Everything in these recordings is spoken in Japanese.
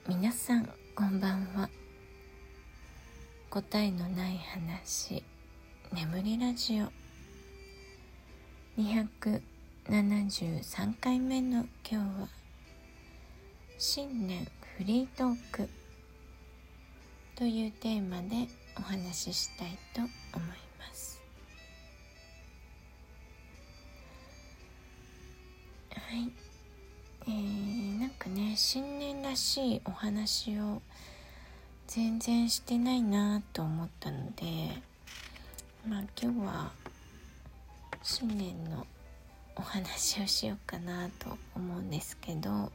皆さんこんばんは。答えのない話、眠りラジオ273回目の今日は新年フリートークというテーマでお話ししたいと思います。はい、なんかね、新年らしいお話を全然してないなと思ったので、今日は新年のお話をしようかなと思うんですけど、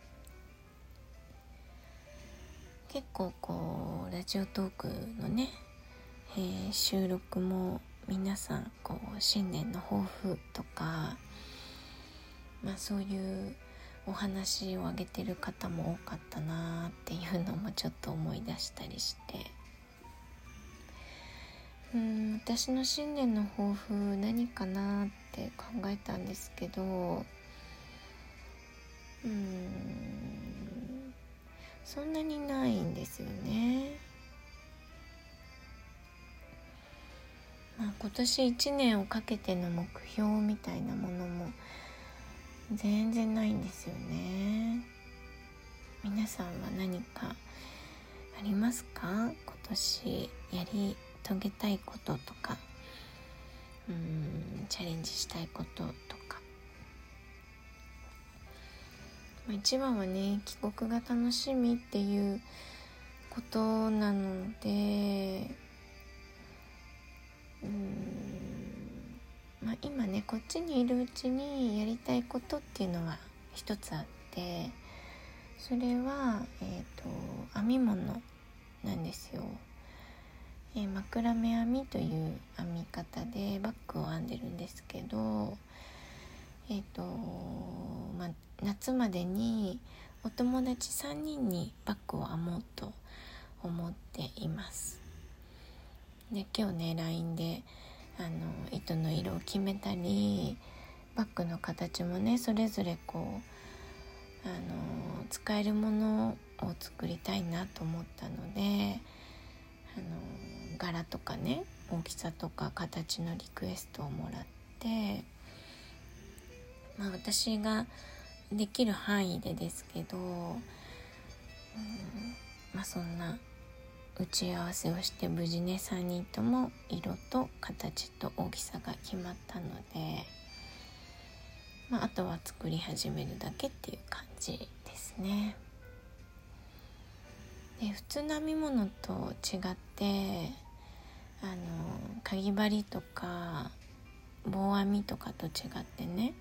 結構ラジオトークのね、収録も皆さん新年の抱負とか、そういうお話をあげてる方も多かったなっていうのもちょっと思い出したりして、私の新年の抱負何かなって考えたんですけど、そんなにないんですよね。今年1年をかけての目標みたいなものも全然ないんですよね。皆さんは何かありますか？今年やり遂げたいこととか、チャレンジしたいこととか。一番はね、帰国が楽しみっていうことなので、今ねこっちにいるうちにやりたいことっていうのは一つあって、それは、編み物なんですよ。マクラメ編みという編み方でバッグを編んでるんですけど、夏までにお友達3人にバッグを編もうと思っています。で、今日ね LINE で糸の色を決めたり、バッグの形もねそれぞれ使えるものを作りたいなと思ったので、柄とかね大きさとか形のリクエストをもらって、私ができる範囲でですけど、そんな打ち合わせをして無事ね3人とも色と形と大きさが決まったので、あとは作り始めるだけっていう感じですね。で、普通の編み物と違ってかぎ針とか棒編みとかと違ってね、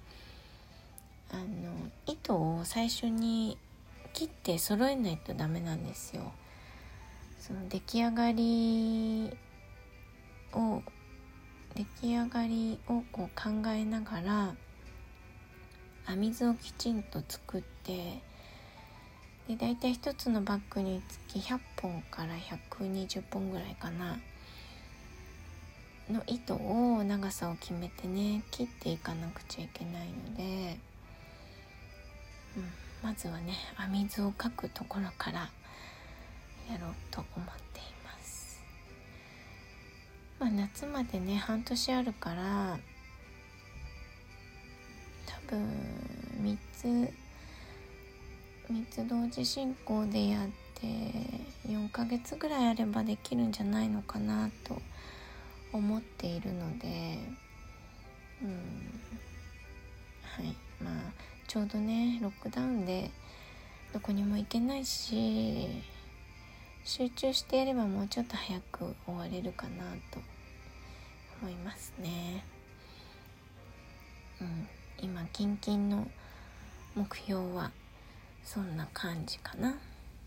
糸を最初に切って揃えないとダメなんですよ。その出来上がりを考えながら編み図をきちんと作って、でだいたい一つのバッグにつき100本から120本ぐらいかなの糸を長さを決めてね切っていかなくちゃいけないので、まずはね編み図を描くところからやろうと思っています。夏までね半年あるから多分3つ同時進行でやって4ヶ月ぐらいあればできるんじゃないのかなと思っているので、ちょうどねロックダウンでどこにも行けないし、集中してやればもうちょっと早く終われるかなと思いますね。今近々の目標はそんな感じかな。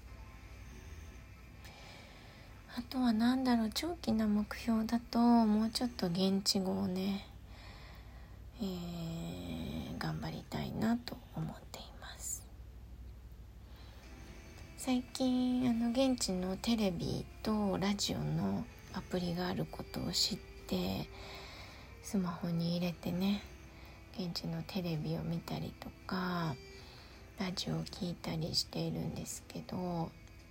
あとは長期な目標だともうちょっと現地語をね、頑張りたいなと思っています。最近現地のテレビとラジオのアプリがあることを知って、スマホに入れてね現地のテレビを見たりとか、 ラジオを聞いたりしているんですけど、やっ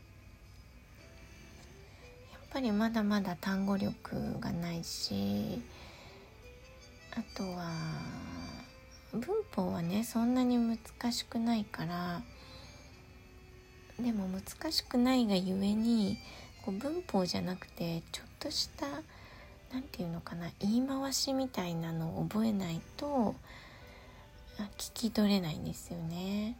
ぱりまだまだ単語力がないし、あとは文法はねそんなに難しくないから、でも難しくないがゆえにこう文法じゃなくてちょっとしたなんていうのかな、言い回しみたいなのを覚えないと聞き取れないんですよね。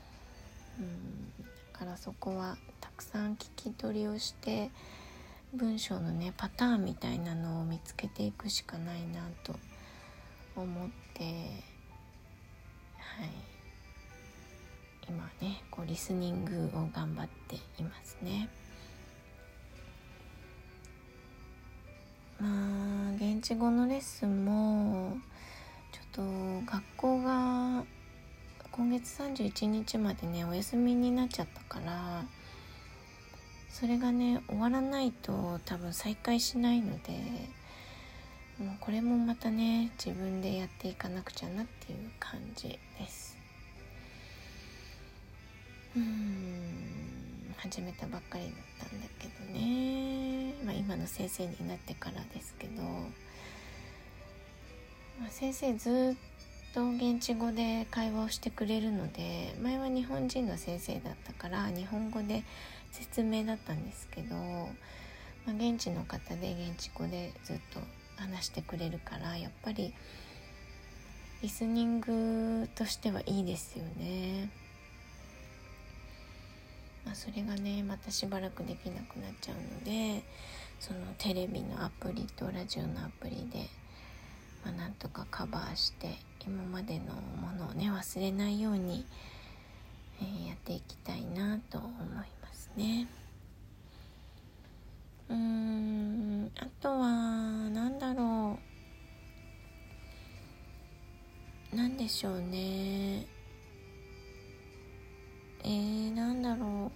だからそこはたくさん聞き取りをして文章のねパターンみたいなのを見つけていくしかないなと思って、今ねこうリスニングを頑張っていますね。現地語のレッスンもちょっと学校が今月31日までねお休みになっちゃったから、それがね終わらないと多分再開しないので、もうこれもまたね自分でやっていかなくちゃなっていう感じです。始めたばっかりだったんだけどね、今の先生になってからですけど、先生ずっと現地語で会話をしてくれるので、前は日本人の先生だったから日本語で説明だったんですけど、現地の方で現地語でずっと話してくれるから、やっぱりリスニングとしてはいいですよね。それがねまたしばらくできなくなっちゃうので、そのテレビのアプリとラジオのアプリで、なんとかカバーして今までのものをね忘れないように、やっていきたいなと思いますね。あとはなんだろう、なんでしょうね、なんだろ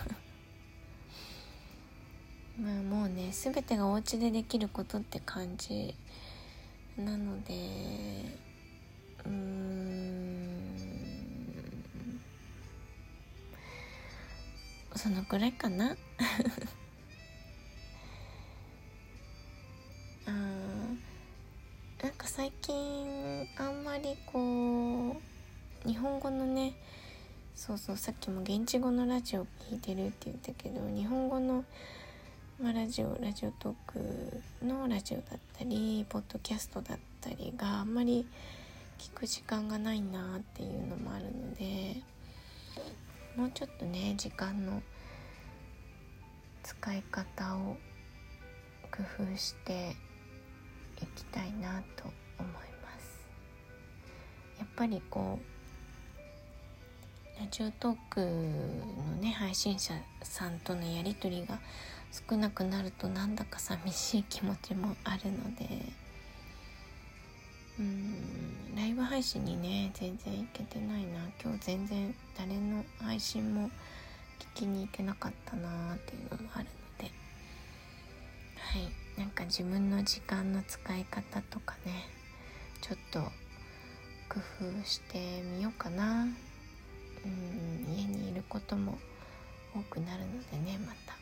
うもうね全てがお家でできることって感じなので、そのくらいかななんか最近あんまりこう日本語のね、さっきも現地語のラジオ聞いてるって言ったけど、日本語の、ラジオトークのラジオだったりポッドキャストだったりがあんまり聞く時間がないなっていうのもあるので、もうちょっとね時間の使い方を工夫していきたいなと思います。やっぱりこうラジオトークのね配信者さんとのやり取りが少なくなるとなんだか寂しい気持ちもあるので、ライブ配信にね全然行けてないな。今日全然誰の配信も聞きに行けなかったなっていうのもあるので、なんか自分の時間の使い方とかねちょっと工夫してみようかな。家にいることも多くなるのでね、また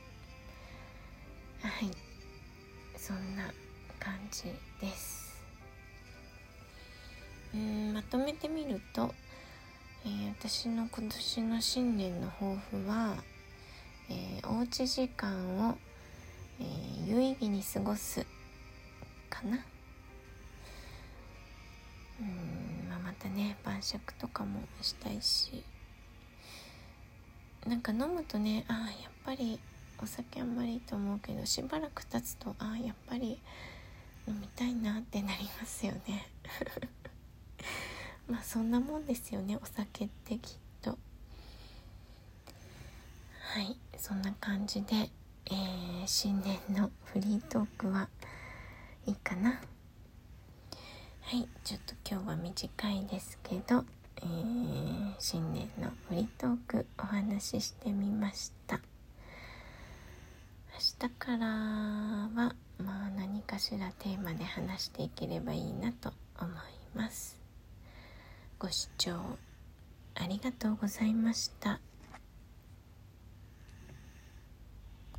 そんな感じです。まとめてみると、私の今年の新年の抱負は、おうち時間を、有意義に過ごすかな。またね晩酌とかもしたいし、なんか飲むとねやっぱりお酒あんまりと思うけど、しばらく経つとやっぱり飲みたいなってなりますよねそんなもんですよね、お酒ってきっと。そんな感じで、新年のフリートークはいいかな。ちょっと今日は短いですけど、新年のフリートークお話ししてみました。明日からは何かしらテーマで話していければいいなと思います。ご視聴ありがとうございました。